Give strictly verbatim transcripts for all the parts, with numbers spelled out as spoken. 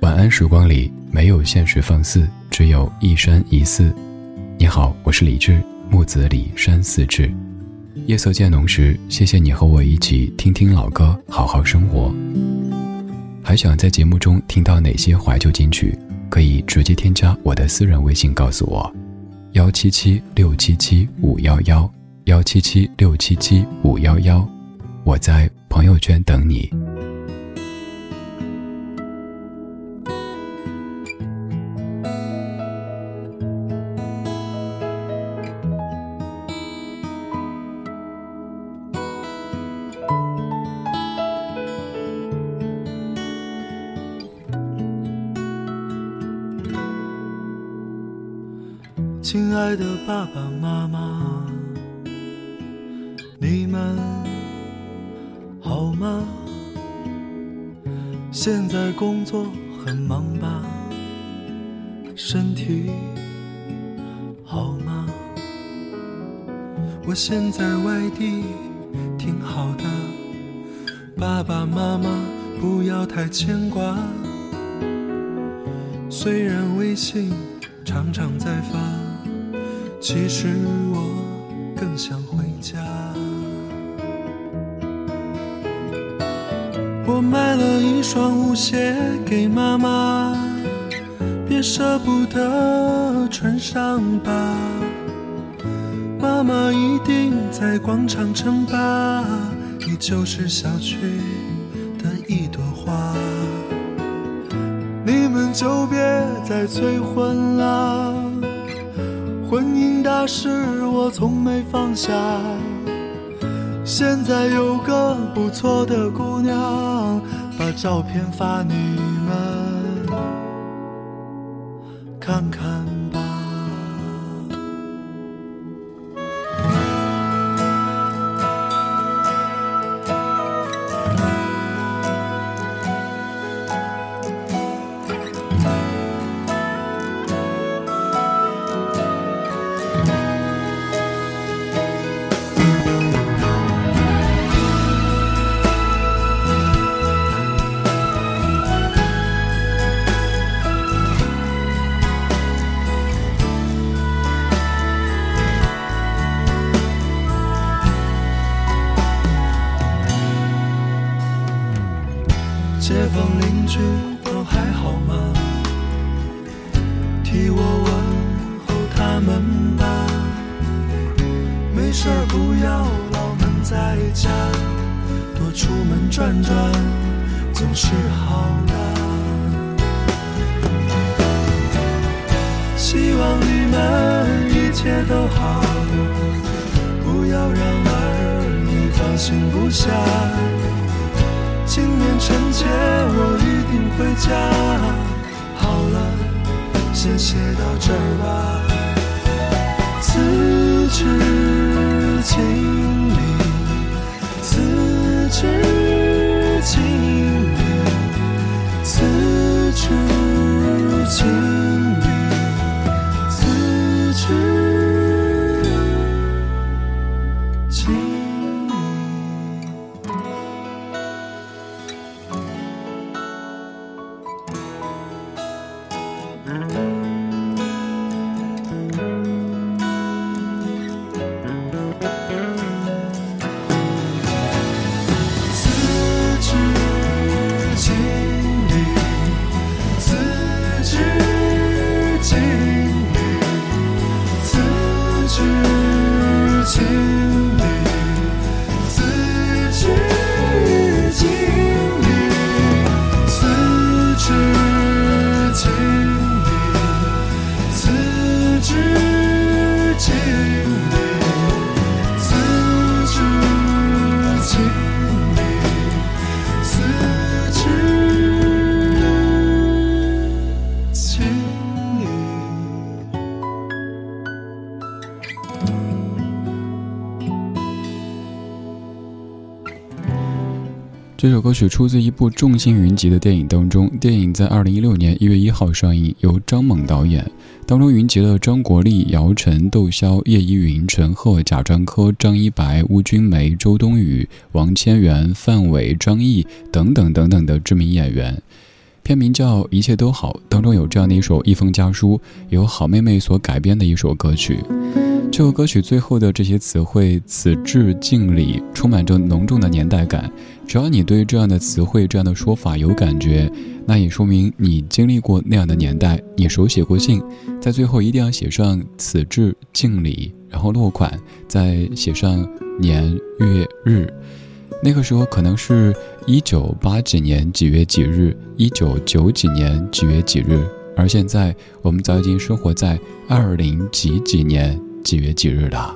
晚安时光里没有现实放肆，只有一山一寺。你好，我是李志，木子李山寺志。夜色渐浓时，谢谢你和我一起听听老歌，好好生活。还想在节目中听到哪些怀旧金曲，可以直接添加我的私人微信告诉我，幺七七六七七五幺幺，幺七七六七七五幺幺，我在朋友圈等你。 亲爱的爸爸妈妈，你们好吗？现在工作很忙吧？身体好吗？我现在外地挺好的，爸爸妈妈不要太牵挂。虽然微信常常在发，其实我更想回家。我买了一双舞鞋给妈妈，别舍不得穿上吧。妈妈一定在广场称霸，你就是小区的一朵花。你们就别再催婚了，婚姻大事我从没放下。现在有个不错的姑娘，把照片发你们看看吧。街坊邻居都还好吗？替我问候他们吧。没事儿不要老闷在家，多出门转转总是好的。希望你们一切都好，不要让儿女放心不下。今年春节我一定回家。好了，先写到这儿吧。辞职经理，辞职经理，辞职经理，辞职经理。 这首歌曲出自一部众星云集的电影当中，电影在二零一六年一月一号上映，由张猛导演，当中云集了张国立、姚晨、窦骁、叶一云、陈赫、贾樟柯、张一白、邬君梅、周冬雨、王千源、范伟、张译等等等等的知名演员。 片名叫《一切都好》，当中有这样的一首一封家书，由好妹妹所改编的一首歌曲。这首歌曲最后的这些词汇此致敬礼，充满着浓重的年代感。只要你对这样的词汇这样的说法有感觉，那也说明你经历过那样的年代，你手写过信，在最后一定要写上此致敬礼，然后落款，再写上年月日。那个时候可能是一九八几年几月几日，一九九几年几月几日，而现在我们早已经生活在二零几几年几月几日了。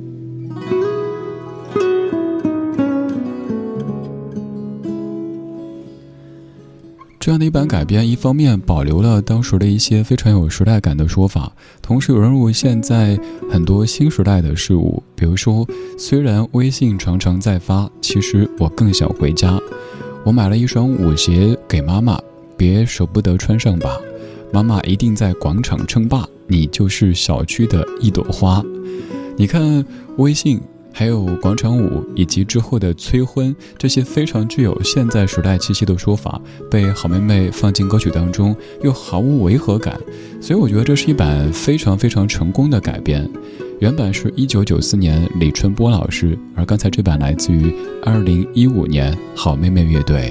这样的一版改编，一方面保留了当时的一些非常有时代感的说法，同时融入现在很多新时代的事物。比如说，虽然微信常常在发，其实我更想回家。我买了一双舞鞋给妈妈，别舍不得穿上吧。妈妈一定在广场称霸，你就是小区的一朵花。你看，微信还有广场舞以及之后的催婚，这些非常具有现在时代气息的说法，被好妹妹放进歌曲当中，又毫无违和感，所以我觉得这是一版非常非常成功的改编。原版是一九九四年李春波老师，而刚才这版来自于二零一五年好妹妹乐队。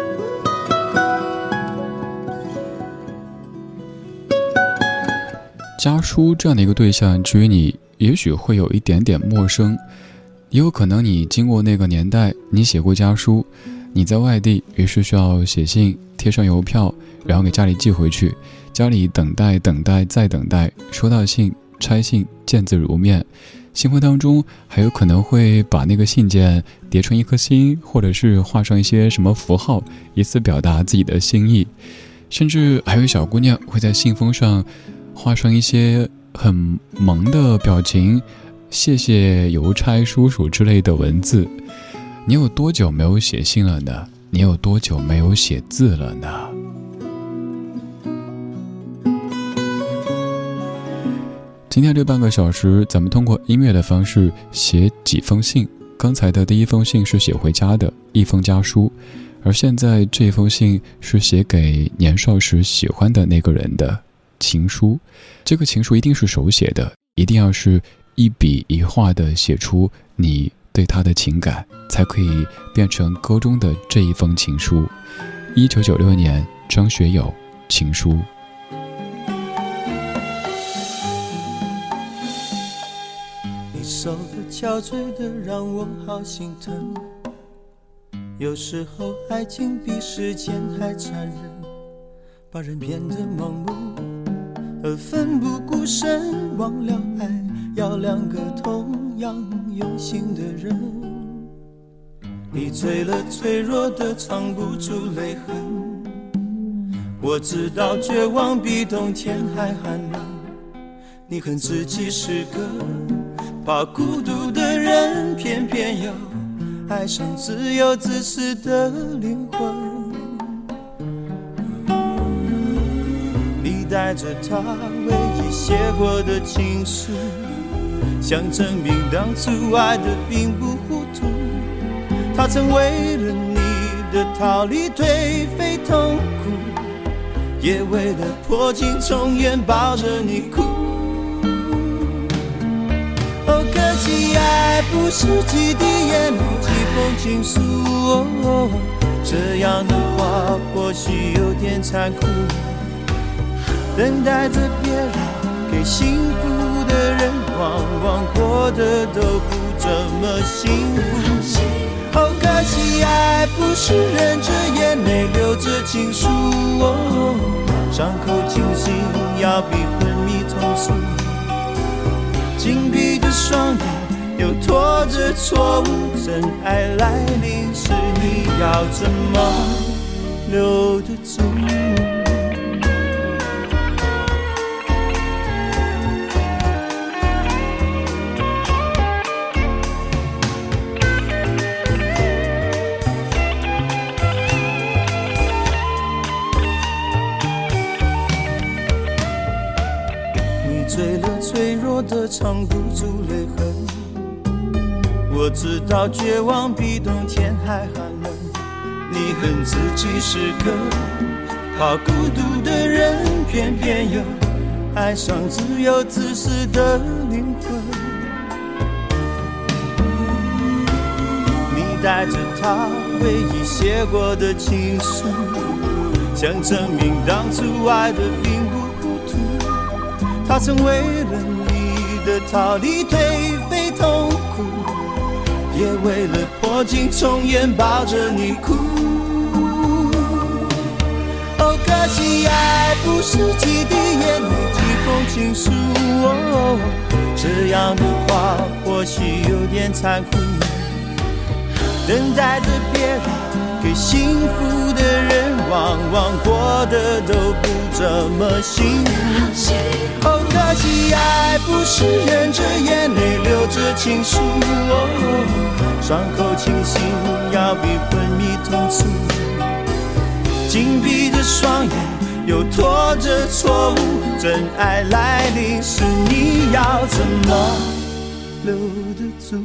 家书这样的一个对象，至于你也许会有一点点陌生，也有可能你经过那个年代，你写过家书，你在外地，于是需要写信，贴上邮票，然后给家里寄回去，家里等待等待再等待，收到信，拆信，见字如面。信封当中还有可能会把那个信件叠成一颗心，或者是画上一些什么符号，以此表达自己的心意。甚至还有小姑娘会在信封上画上一些很萌的表情，谢谢邮差叔叔之类的文字。你有多久没有写信了呢？你有多久没有写字了呢？今天这半个小时，咱们通过音乐的方式写几封信。刚才的第一封信是写回家的一封家书，而现在这封信是写给年少时喜欢的那个人的情书。这个情书一定是手写的，一定要是一笔一画的写出你对他的情感，才可以变成歌中的这一封情书。一九九六年，张学友，情书。 你瘦的憔悴的让我好心疼，有时候爱情比时间还残忍，把人变得盲目而奋不顾身，忘了爱要两个同样用心的人。你醉了脆弱的藏不住泪痕，我知道绝望比冬天还寒冷，你恨自己是个怕孤独的人，偏偏又爱上自由自私的灵魂。你带着他唯一写过的情书，想证明当初爱的并不糊涂。他曾为了你的逃离颓废痛苦，也为了破镜重圆抱着你哭。哦，可惜爱不是几滴眼泪几封情书，哦，这样的话或许有点残酷。等待着别人给幸福的人，往往过得都不怎么幸福。哦，可惜爱不是忍着眼泪流着情书，哦，伤口清醒要比昏迷痛楚。紧闭的双眼又拖着错误，真爱来临时你要怎么留得住？醉了脆弱的藏不住泪痕，我知道绝望比冬天还寒冷，你恨自己是个怕孤独的人偏偏又爱上自由自私的灵魂。你带着他唯一写过的情书，想证明当初爱的并不糊涂。他曾为了你的逃离颓废痛苦，也为了破镜重圆抱着你哭。哦，可惜爱不是几滴眼泪几封情书，哦，这样的话或许有点残酷。等待着别人给幸福的人，往往过得都不怎么幸福。哦，可惜爱不是忍着眼泪流着情书，哦，伤口清醒要比昏迷痛楚。紧闭着双眼又拖着错误，真爱来临时你要怎么留得住？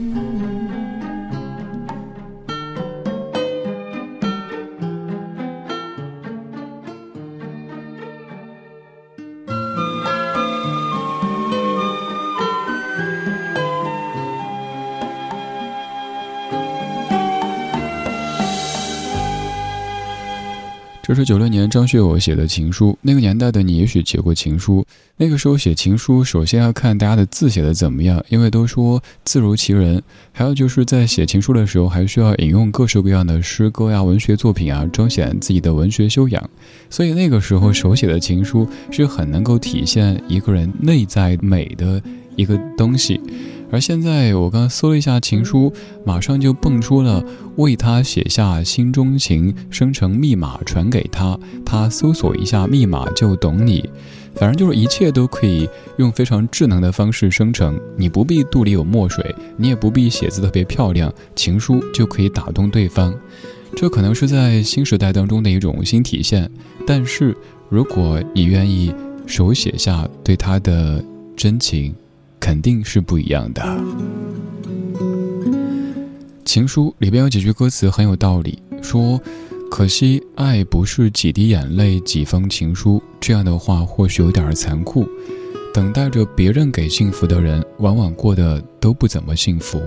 这是九六年张学友写的情书，那个年代的你也许写过情书。那个时候写情书，首先要看大家的字写的怎么样，因为都说字如其人。还有就是在写情书的时候，还需要引用各式各样的诗歌呀、文学作品啊，彰显自己的文学修养。所以那个时候手写的情书是很能够体现一个人内在美的一个东西。而现在我刚搜了一下情书，马上就蹦出了为他写下心中情，生成密码传给他，他搜索一下密码就懂你。反正就是一切都可以用非常智能的方式生成，你不必肚里有墨水，你也不必写字特别漂亮，情书就可以打动对方。这可能是在新时代当中的一种新体现，但是如果你愿意手写下对他的真情，肯定是不一样的。情书里边有几句歌词很有道理，说可惜爱不是几滴眼泪几封情书，这样的话或许有点残酷。等待着别人给幸福的人，往往过得都不怎么幸福。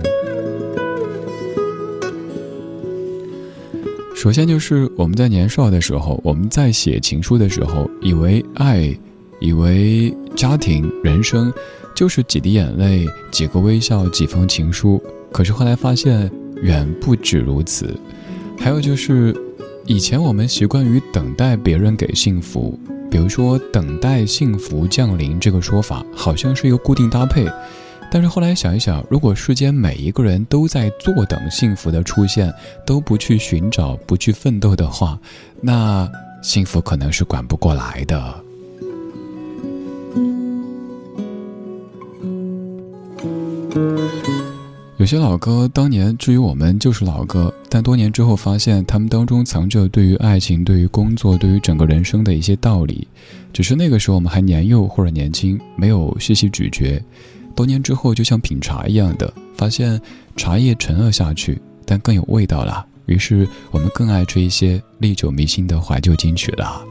首先就是我们在年少的时候，我们在写情书的时候，以为爱，以为家庭人生就是几滴眼泪几个微笑几封情书，可是后来发现远不止如此。还有就是以前我们习惯于等待别人给幸福，比如说等待幸福降临这个说法好像是一个固定搭配，但是后来想一想，如果世间每一个人都在坐等幸福的出现，都不去寻找不去奋斗的话，那幸福可能是管不过来的。有些老歌当年至于我们就是老歌，但多年之后发现他们当中藏着对于爱情、对于工作、对于整个人生的一些道理，只是那个时候我们还年幼或者年轻，没有细细咀嚼。多年之后就像品茶一样的，发现茶叶陈了下去，但更有味道了，于是我们更爱这一些历久弥新的怀旧金曲了。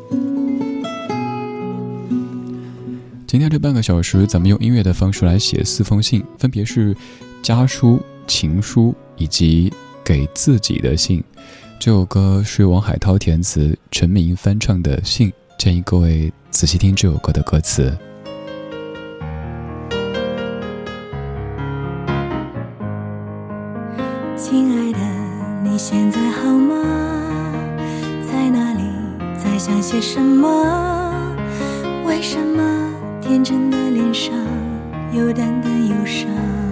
今天这半个小时咱们用音乐的方式来写四封信，分别是家书、情书以及给自己的信。这首歌是王海涛填词，陈明翻唱的信，建议各位仔细听这首歌的歌词。 亲爱的，你现在好吗？在哪里？在想些什么？为什么天真的脸上有淡淡忧伤？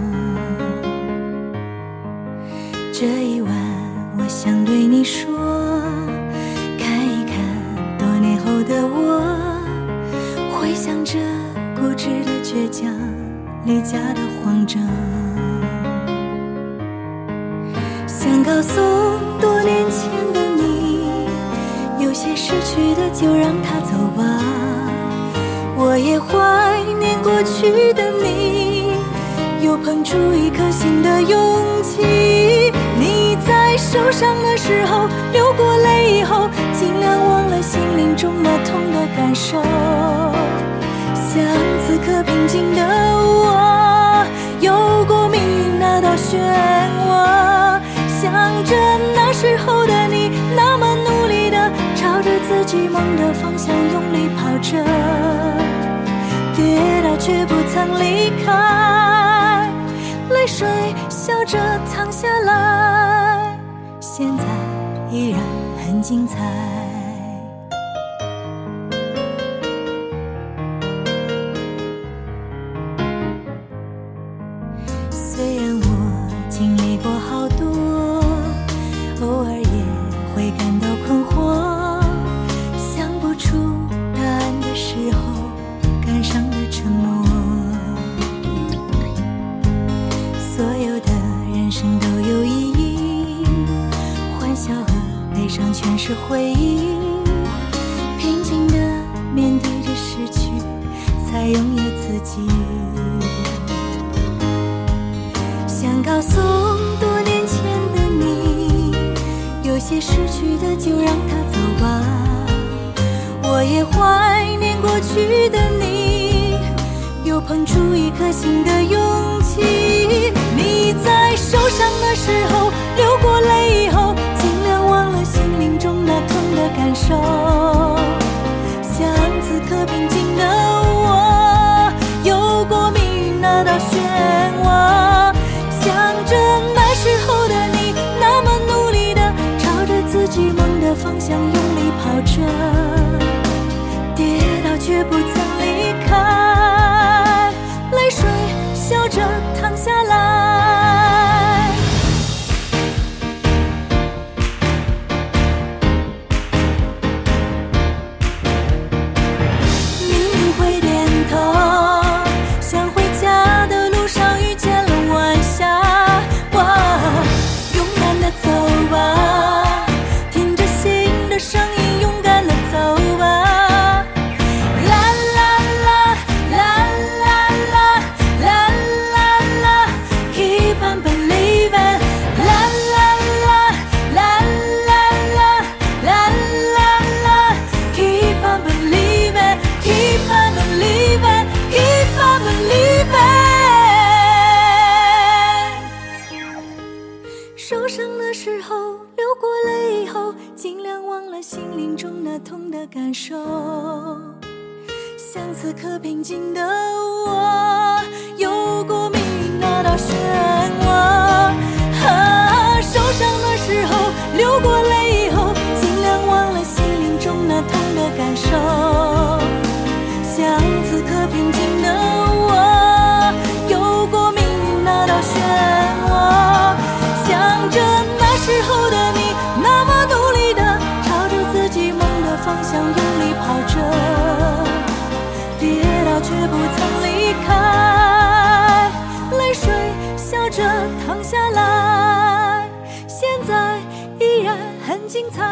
这一晚我想对你说，看一看多年后的我，回想着固执的倔强，离家的慌张。想告诉多年前的你，有些失去的就让它走吧。我也怀念过去的你，又碰出一颗新的勇气。你在说受伤的时候，流过泪以后，尽量忘了心灵中那痛的感受。像此刻平静的我，游过命运那道漩涡，想着那时候的你，那么努力的朝着自己梦的方向用力跑着，跌倒却不曾离开，泪水笑着淌下来，现在依然很精彩。虽然我经历过好多，偶尔也会感到困惑，想不出答案的时候，感伤的沉默。所有的人生都有意义，欢笑和悲伤全是回忆，平静地面对着失去，才拥有自己。想告诉多年前的你，有些失去的就让它走吧。我也怀念过去的你，有碰触一颗心的勇气。你在受伤的时候，流过泪以后，尽量忘了心灵中那痛的感受。像此刻平静的我，游过命运那道漩涡，想着那时候的你，那么努力的朝着自己梦的方向用力跑着，跌倒却不曾离开，泪水笑着淌下来。命运会点头，想回家的路上遇见了晚霞。哇，勇敢的走吧，听着心的声音，勇敢的走吧。受伤的时候，流过泪以后，尽量忘了心灵中那痛的感受。像此刻平静的我，游过命运那道漩涡。啊，受伤的时候，流过泪以后，尽量忘了心灵中那痛的感受。像此刻平静的我，游过命运那道漩涡。想着那时候的你，那么努力的朝着自己梦的方向用力跑着，跌倒却不曾离开，泪水笑着淌下来，现在依然很精彩。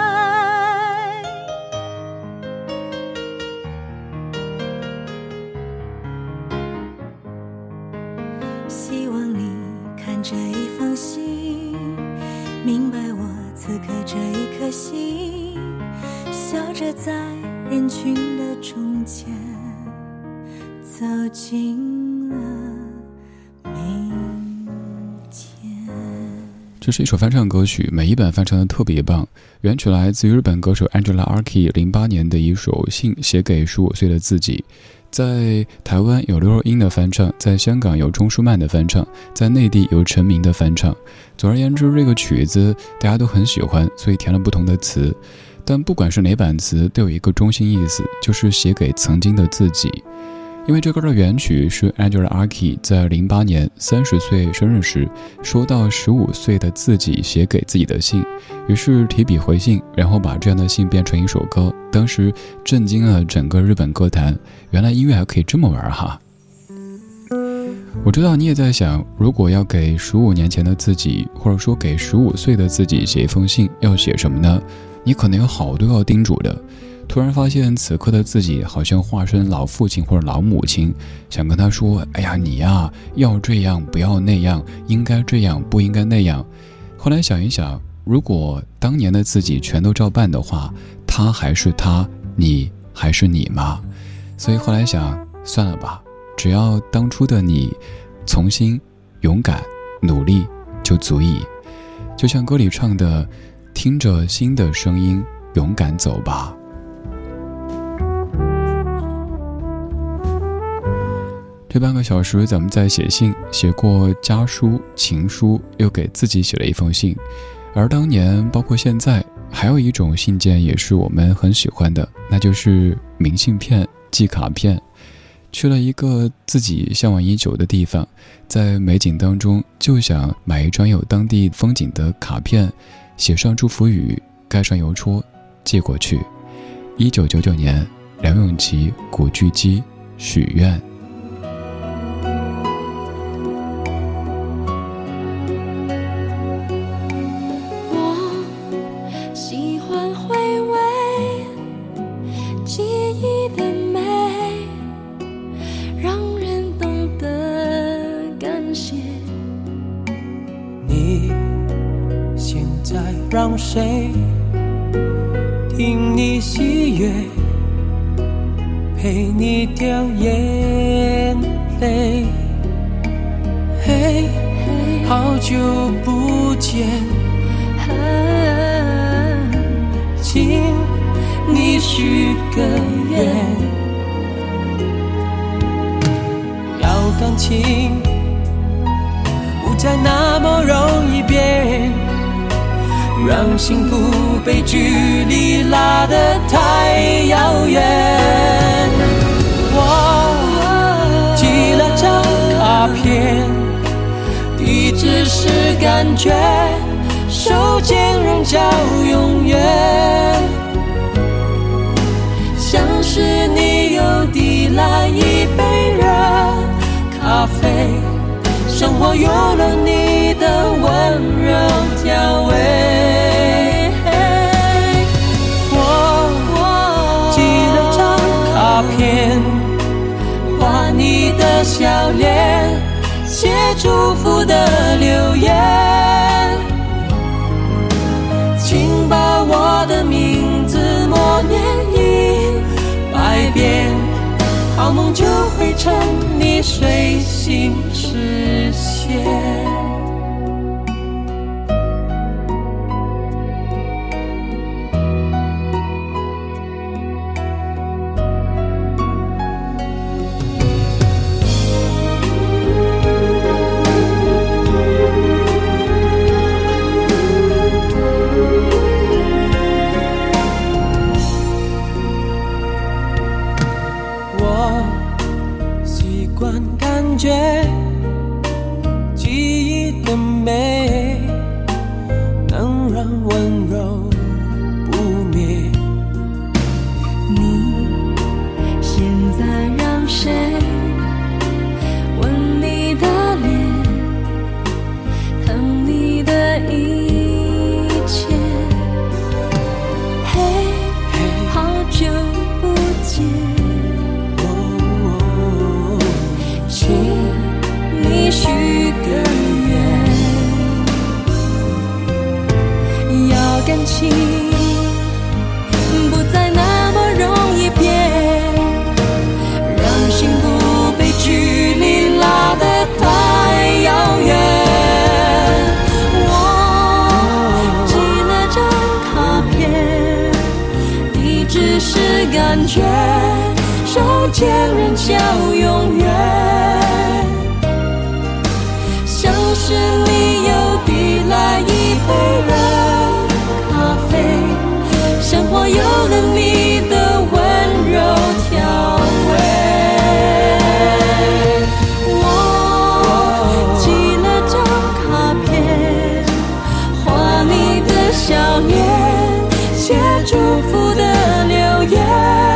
希望你看这一封信，明白我此刻这一颗心，笑着在人群的中间走进了明天。 这是一首翻唱歌曲，每一版翻唱的特别棒。原曲来自于日本歌手 Angela Arki 零八年的一首信，写给十五岁的自己。在台湾有刘若英的翻唱，在香港有钟舒曼的翻唱，在内地有陈明的翻唱。总而言之，这个曲子大家都很喜欢，所以填了不同的词。但不管是哪版词，都有一个中心意思，就是写给曾经的自己。因为这歌的原曲是 Angela Arki 在零八年三十岁生日时收到十五岁的自己写给自己的信，于是提笔回信，然后把这样的信变成一首歌，当时震惊了整个日本歌坛，原来音乐还可以这么玩哈。我知道你也在想，如果要给十五年前的自己，或者说给十五岁的自己写一封信，要写什么呢？你可能有好多要叮嘱的。突然发现此刻的自己好像化身老父亲或者老母亲，想跟他说，哎呀你呀，要这样不要那样，应该这样不应该那样。后来想一想， 如果当年的自己全都照办的话，他还是他，你还是你吗？所以后来想，算了吧，只要当初的你重新勇敢努力就足矣。就像歌里唱的，听着新的声音，勇敢走吧。这半个小时咱们在写信，写过家书、情书，又给自己写了一封信。而当年包括现在，还有一种信件也是我们很喜欢的，那就是明信片、寄卡片。去了一个自己向往已久的地方，在美景当中就想买一张有当地风景的卡片，写上祝福语，盖上邮戳，寄过去。一九九九年，梁咏琪古巨基许愿。 让谁听你喜悦，陪你掉眼泪？嘿，好久不见，请你许个愿，要感情不再那么容易变，让幸福被距离拉得太遥远。我寄了张卡片，地址是感觉，手间仍叫永远。像是你又递来一杯热咖啡，生活有了你的温柔调味。画你的笑脸，写祝福的留言，请把我的名字默念一百遍，好梦就会趁你睡醒实现。记忆的美能让温柔不灭。 你现在让谁吻你的脸，疼你的一切？嘿，好久不见，你许个愿，要感情不再那么容易变，让幸福被距离拉得太遥远。我寄了张卡片，地址是感觉，手间人叫永远。是你又递来一杯热咖啡，生活有了你的温柔调味。我寄了张卡片，画你的笑脸，写祝福的留言，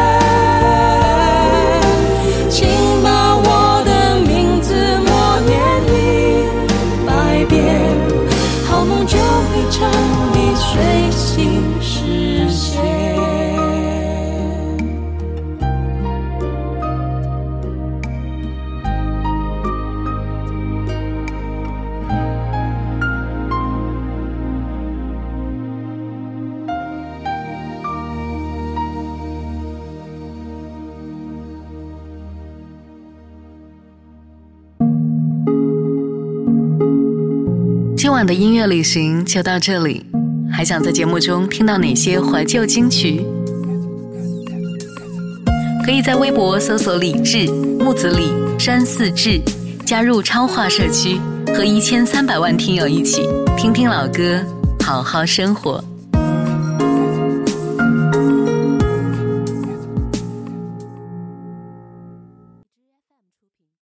请把我的名字默念一好梦就会趁你睡醒实现。 今晚的音乐旅行就到这里，还想在节目中听到哪些怀旧金曲？可以在微博搜索李志、木子李、山寺志，加入超话社区，和一千三百万听友一起听听老歌，好好生活。